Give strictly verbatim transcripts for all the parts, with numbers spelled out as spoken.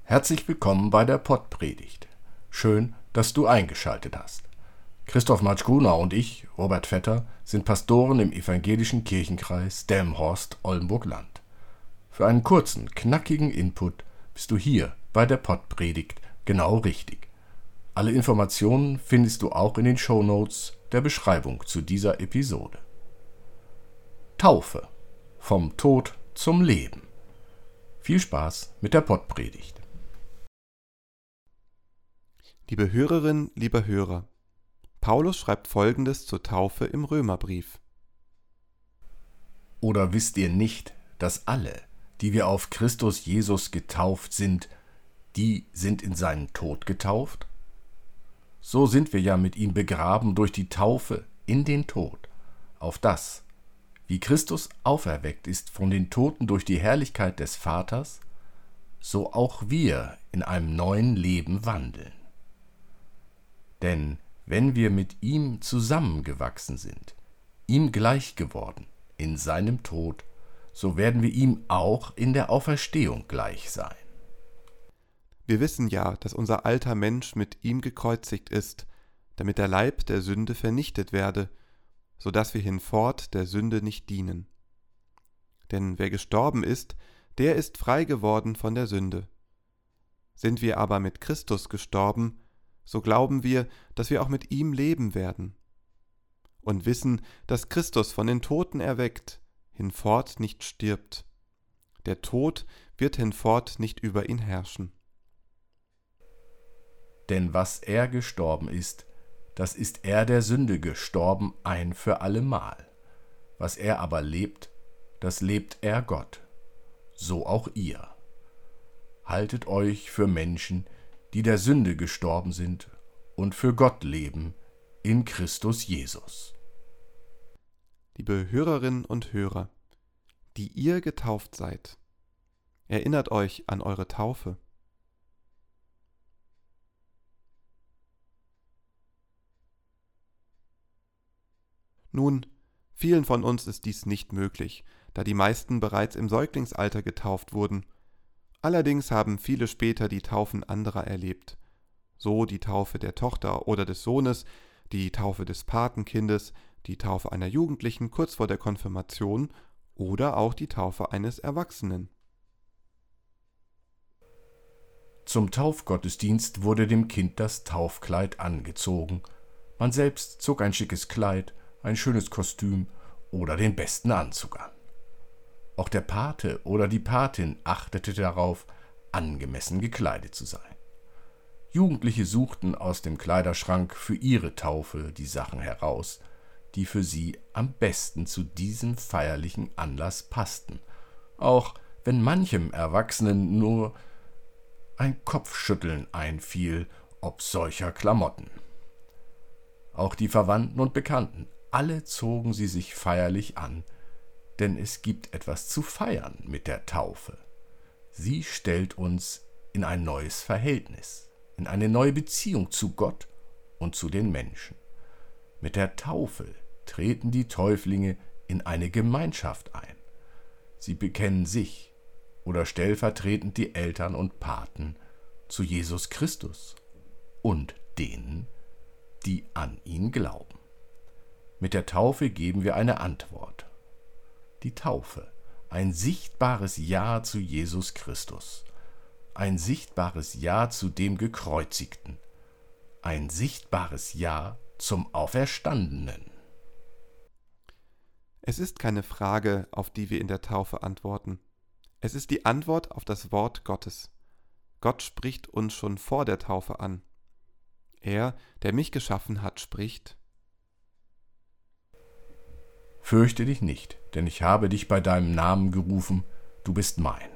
Herzlich willkommen bei der Pottpredigt. Schön, dass du eingeschaltet hast. Christoph Matschgruna und ich, Robert Vetter, sind Pastoren im evangelischen Kirchenkreis Delmenhorst-Oldenburg-Land. Für einen kurzen, knackigen Input bist du hier bei der Pottpredigt genau richtig. Alle Informationen findest du auch in den Shownotes der Beschreibung zu dieser Episode. Taufe. Vom Tod zum Leben. Viel Spaß mit der Pottpredigt. Liebe Hörerin, lieber Hörer, Paulus schreibt Folgendes zur Taufe im Römerbrief. Oder wisst ihr nicht, dass alle, die wir auf Christus Jesus getauft sind, die sind in seinen Tod getauft? So sind wir ja mit ihm begraben durch die Taufe in den Tod, auf das, wie Christus auferweckt ist von den Toten durch die Herrlichkeit des Vaters, so auch wir in einem neuen Leben wandeln. Denn wenn wir mit ihm zusammengewachsen sind, ihm gleich geworden in seinem Tod, so werden wir ihm auch in der Auferstehung gleich sein. Wir wissen ja, dass unser alter Mensch mit ihm gekreuzigt ist, damit der Leib der Sünde vernichtet werde, so dass wir hinfort der Sünde nicht dienen. Denn wer gestorben ist, der ist frei geworden von der Sünde. Sind wir aber mit Christus gestorben, so glauben wir, dass wir auch mit ihm leben werden. Und wissen, dass Christus von den Toten erweckt, hinfort nicht stirbt. Der Tod wird hinfort nicht über ihn herrschen. Denn was er gestorben ist, das ist er der Sünde gestorben ein für allemal. Was er aber lebt, das lebt er Gott. So auch ihr. Haltet euch für Menschen, die der Sünde gestorben sind und für Gott leben in Christus Jesus. Liebe Hörerinnen und Hörer, die ihr getauft seid, erinnert euch an eure Taufe. Nun, vielen von uns ist dies nicht möglich, da die meisten bereits im Säuglingsalter getauft wurden. Allerdings haben viele später die Taufen anderer erlebt, so die Taufe der Tochter oder des Sohnes, die Taufe des Patenkindes, die Taufe einer Jugendlichen kurz vor der Konfirmation oder auch die Taufe eines Erwachsenen. Zum Taufgottesdienst wurde dem Kind das Taufkleid angezogen. Man selbst zog ein schickes Kleid, ein schönes Kostüm oder den besten Anzug an. Auch der Pate oder die Patin achtete darauf, angemessen gekleidet zu sein. Jugendliche suchten aus dem Kleiderschrank für ihre Taufe die Sachen heraus, die für sie am besten zu diesem feierlichen Anlass passten, auch wenn manchem Erwachsenen nur ein Kopfschütteln einfiel ob solcher Klamotten. Auch die Verwandten und Bekannten, alle zogen sie sich feierlich an, denn es gibt etwas zu feiern mit der Taufe. Sie stellt uns in ein neues Verhältnis, in eine neue Beziehung zu Gott und zu den Menschen. Mit der Taufe treten die Täuflinge in eine Gemeinschaft ein. Sie bekennen sich oder stellvertretend die Eltern und Paten zu Jesus Christus und denen, die an ihn glauben. Mit der Taufe geben wir eine Antwort. Die Taufe, ein sichtbares Ja zu Jesus Christus, ein sichtbares Ja zu dem Gekreuzigten, ein sichtbares Ja zum Auferstandenen. Es ist keine Frage, auf die wir in der Taufe antworten. Es ist die Antwort auf das Wort Gottes. Gott spricht uns schon vor der Taufe an. Er, der mich geschaffen hat, spricht: Fürchte dich nicht, denn ich habe dich bei deinem Namen gerufen, du bist mein.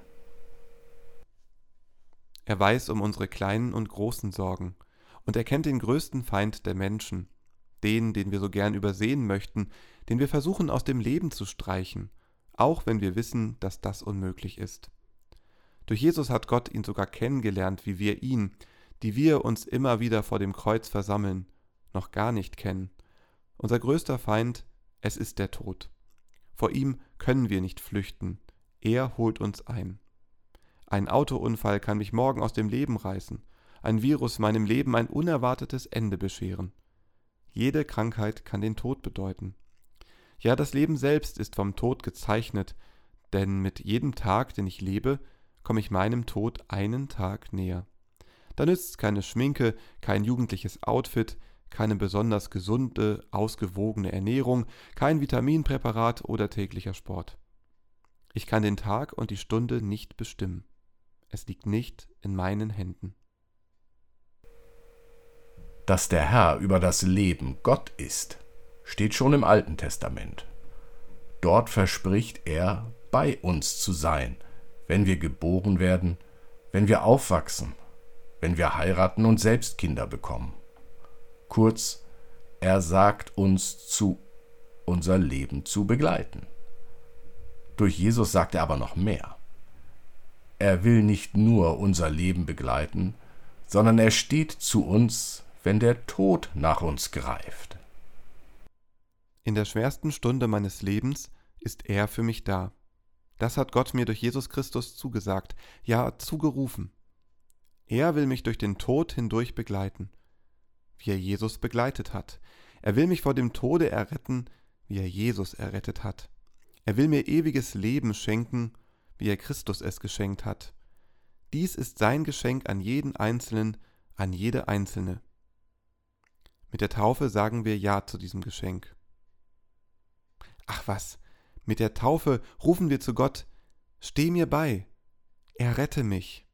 Er weiß um unsere kleinen und großen Sorgen und er kennt den größten Feind der Menschen, den, den wir so gern übersehen möchten, den wir versuchen aus dem Leben zu streichen, auch wenn wir wissen, dass das unmöglich ist. Durch Jesus hat Gott ihn sogar kennengelernt, wie wir ihn, die wir uns immer wieder vor dem Kreuz versammeln, noch gar nicht kennen. Unser größter Feind, es ist der Tod. Vor ihm können wir nicht flüchten, er holt uns ein. Ein Autounfall kann mich morgen aus dem Leben reißen, ein Virus meinem Leben ein unerwartetes Ende bescheren. Jede Krankheit kann den Tod bedeuten. Ja, das Leben selbst ist vom Tod gezeichnet, denn mit jedem Tag, den ich lebe, komme ich meinem Tod einen Tag näher. Da nützt keine Schminke, kein jugendliches Outfit, keine besonders gesunde, ausgewogene Ernährung, kein Vitaminpräparat oder täglicher Sport. Ich kann den Tag und die Stunde nicht bestimmen. Es liegt nicht in meinen Händen. Dass der Herr über das Leben Gott ist, steht schon im Alten Testament. Dort verspricht er, bei uns zu sein, wenn wir geboren werden, wenn wir aufwachsen, wenn wir heiraten und selbst Kinder bekommen. Kurz, er sagt uns zu, unser Leben zu begleiten. Durch Jesus sagt er aber noch mehr. Er will nicht nur unser Leben begleiten, sondern er steht zu uns, wenn der Tod nach uns greift. In der schwersten Stunde meines Lebens ist er für mich da. Das hat Gott mir durch Jesus Christus zugesagt, ja zugerufen. Er will mich durch den Tod hindurch begleiten, wie er Jesus begleitet hat. Er will mich vor dem Tode erretten, wie er Jesus errettet hat. Er will mir ewiges Leben schenken, wie er Christus es geschenkt hat. Dies ist sein Geschenk an jeden Einzelnen, an jede Einzelne. Mit der Taufe sagen wir Ja zu diesem Geschenk. Ach was, mit der Taufe rufen wir zu Gott: Steh mir bei, errette mich.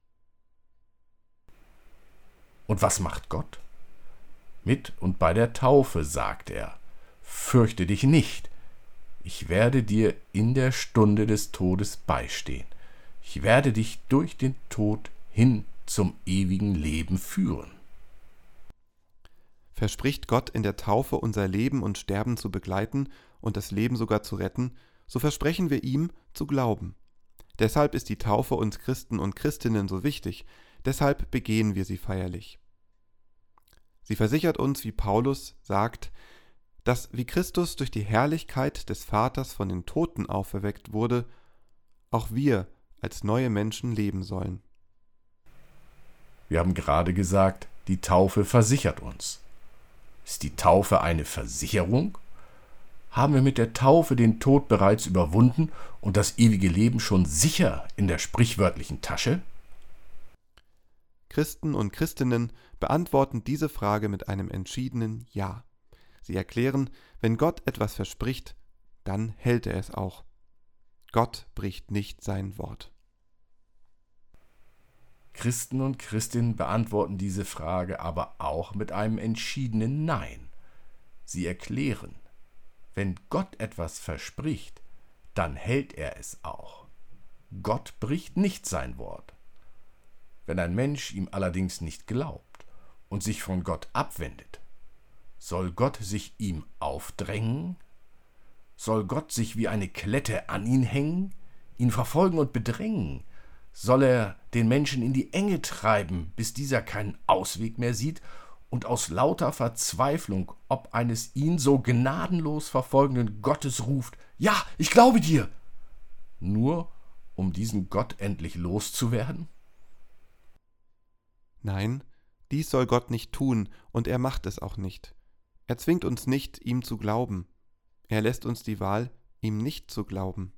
Und was macht Gott? Mit und bei der Taufe sagt er: Fürchte dich nicht, ich werde dir in der Stunde des Todes beistehen. Ich werde dich durch den Tod hin zum ewigen Leben führen. Verspricht Gott in der Taufe unser Leben und Sterben zu begleiten und das Leben sogar zu retten, so versprechen wir ihm zu glauben. Deshalb ist die Taufe uns Christen und Christinnen so wichtig, deshalb begehen wir sie feierlich. Sie versichert uns, wie Paulus sagt, dass wie Christus durch die Herrlichkeit des Vaters von den Toten auferweckt wurde, auch wir als neue Menschen leben sollen. Wir haben gerade gesagt, die Taufe versichert uns. Ist die Taufe eine Versicherung? Haben wir mit der Taufe den Tod bereits überwunden und das ewige Leben schon sicher in der sprichwörtlichen Tasche? Christen und Christinnen beantworten diese Frage mit einem entschiedenen Ja. Sie erklären, wenn Gott etwas verspricht, dann hält er es auch. Gott bricht nicht sein Wort. Christen und Christinnen beantworten diese Frage aber auch mit einem entschiedenen Nein. Sie erklären, wenn Gott etwas verspricht, dann hält er es auch. Gott bricht nicht sein Wort. Wenn ein Mensch ihm allerdings nicht glaubt und sich von Gott abwendet, soll Gott sich ihm aufdrängen? Soll Gott sich wie eine Klette an ihn hängen, ihn verfolgen und bedrängen? Soll er den Menschen in die Enge treiben, bis dieser keinen Ausweg mehr sieht und aus lauter Verzweiflung ob eines ihn so gnadenlos verfolgenden Gottes ruft: Ja, ich glaube dir! Nur um diesen Gott endlich loszuwerden? Nein, dies soll Gott nicht tun, und er macht es auch nicht. Er zwingt uns nicht, ihm zu glauben. Er lässt uns die Wahl, ihm nicht zu glauben.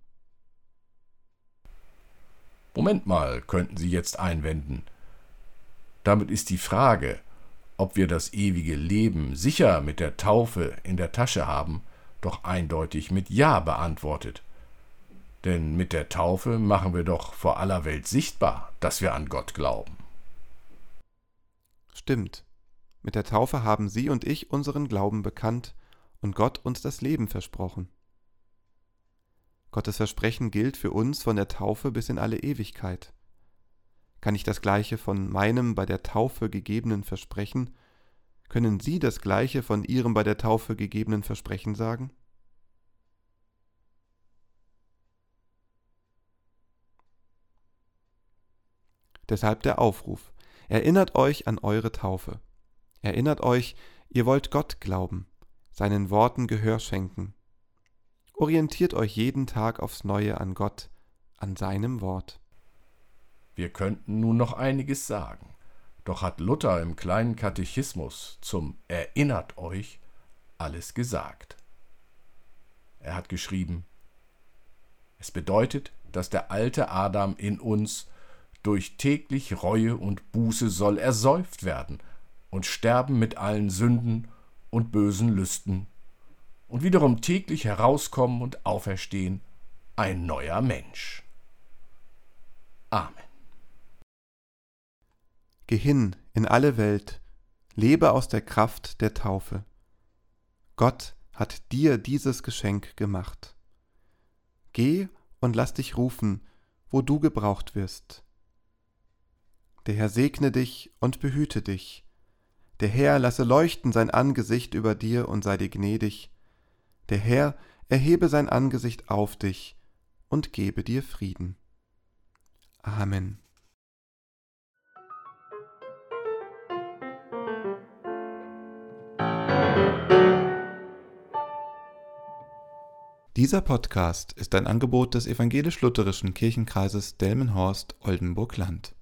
Moment mal, könnten Sie jetzt einwenden. Damit ist die Frage, ob wir das ewige Leben sicher mit der Taufe in der Tasche haben, doch eindeutig mit Ja beantwortet. Denn mit der Taufe machen wir doch vor aller Welt sichtbar, dass wir an Gott glauben. Stimmt. Mit der Taufe haben Sie und ich unseren Glauben bekannt und Gott uns das Leben versprochen. Gottes Versprechen gilt für uns von der Taufe bis in alle Ewigkeit. Kann ich das Gleiche von meinem bei der Taufe gegebenen Versprechen? Können Sie das Gleiche von Ihrem bei der Taufe gegebenen Versprechen sagen? Deshalb der Aufruf: Erinnert euch an eure Taufe. Erinnert euch, ihr wollt Gott glauben, seinen Worten Gehör schenken. Orientiert euch jeden Tag aufs Neue an Gott, an seinem Wort. Wir könnten nun noch einiges sagen, doch hat Luther im kleinen Katechismus zum Erinnert euch alles gesagt. Er hat geschrieben: Es bedeutet, dass der alte Adam in uns durch täglich Reue und Buße soll ersäuft werden und sterben mit allen Sünden und bösen Lüsten und wiederum täglich herauskommen und auferstehen, ein neuer Mensch. Amen. Geh hin in alle Welt, lebe aus der Kraft der Taufe. Gott hat dir dieses Geschenk gemacht. Geh und lass dich rufen, wo du gebraucht wirst. Der Herr segne dich und behüte dich. Der Herr lasse leuchten sein Angesicht über dir und sei dir gnädig. Der Herr erhebe sein Angesicht auf dich und gebe dir Frieden. Amen. Dieser Podcast ist ein Angebot des evangelisch-lutherischen Kirchenkreises Delmenhorst-Oldenburg-Land.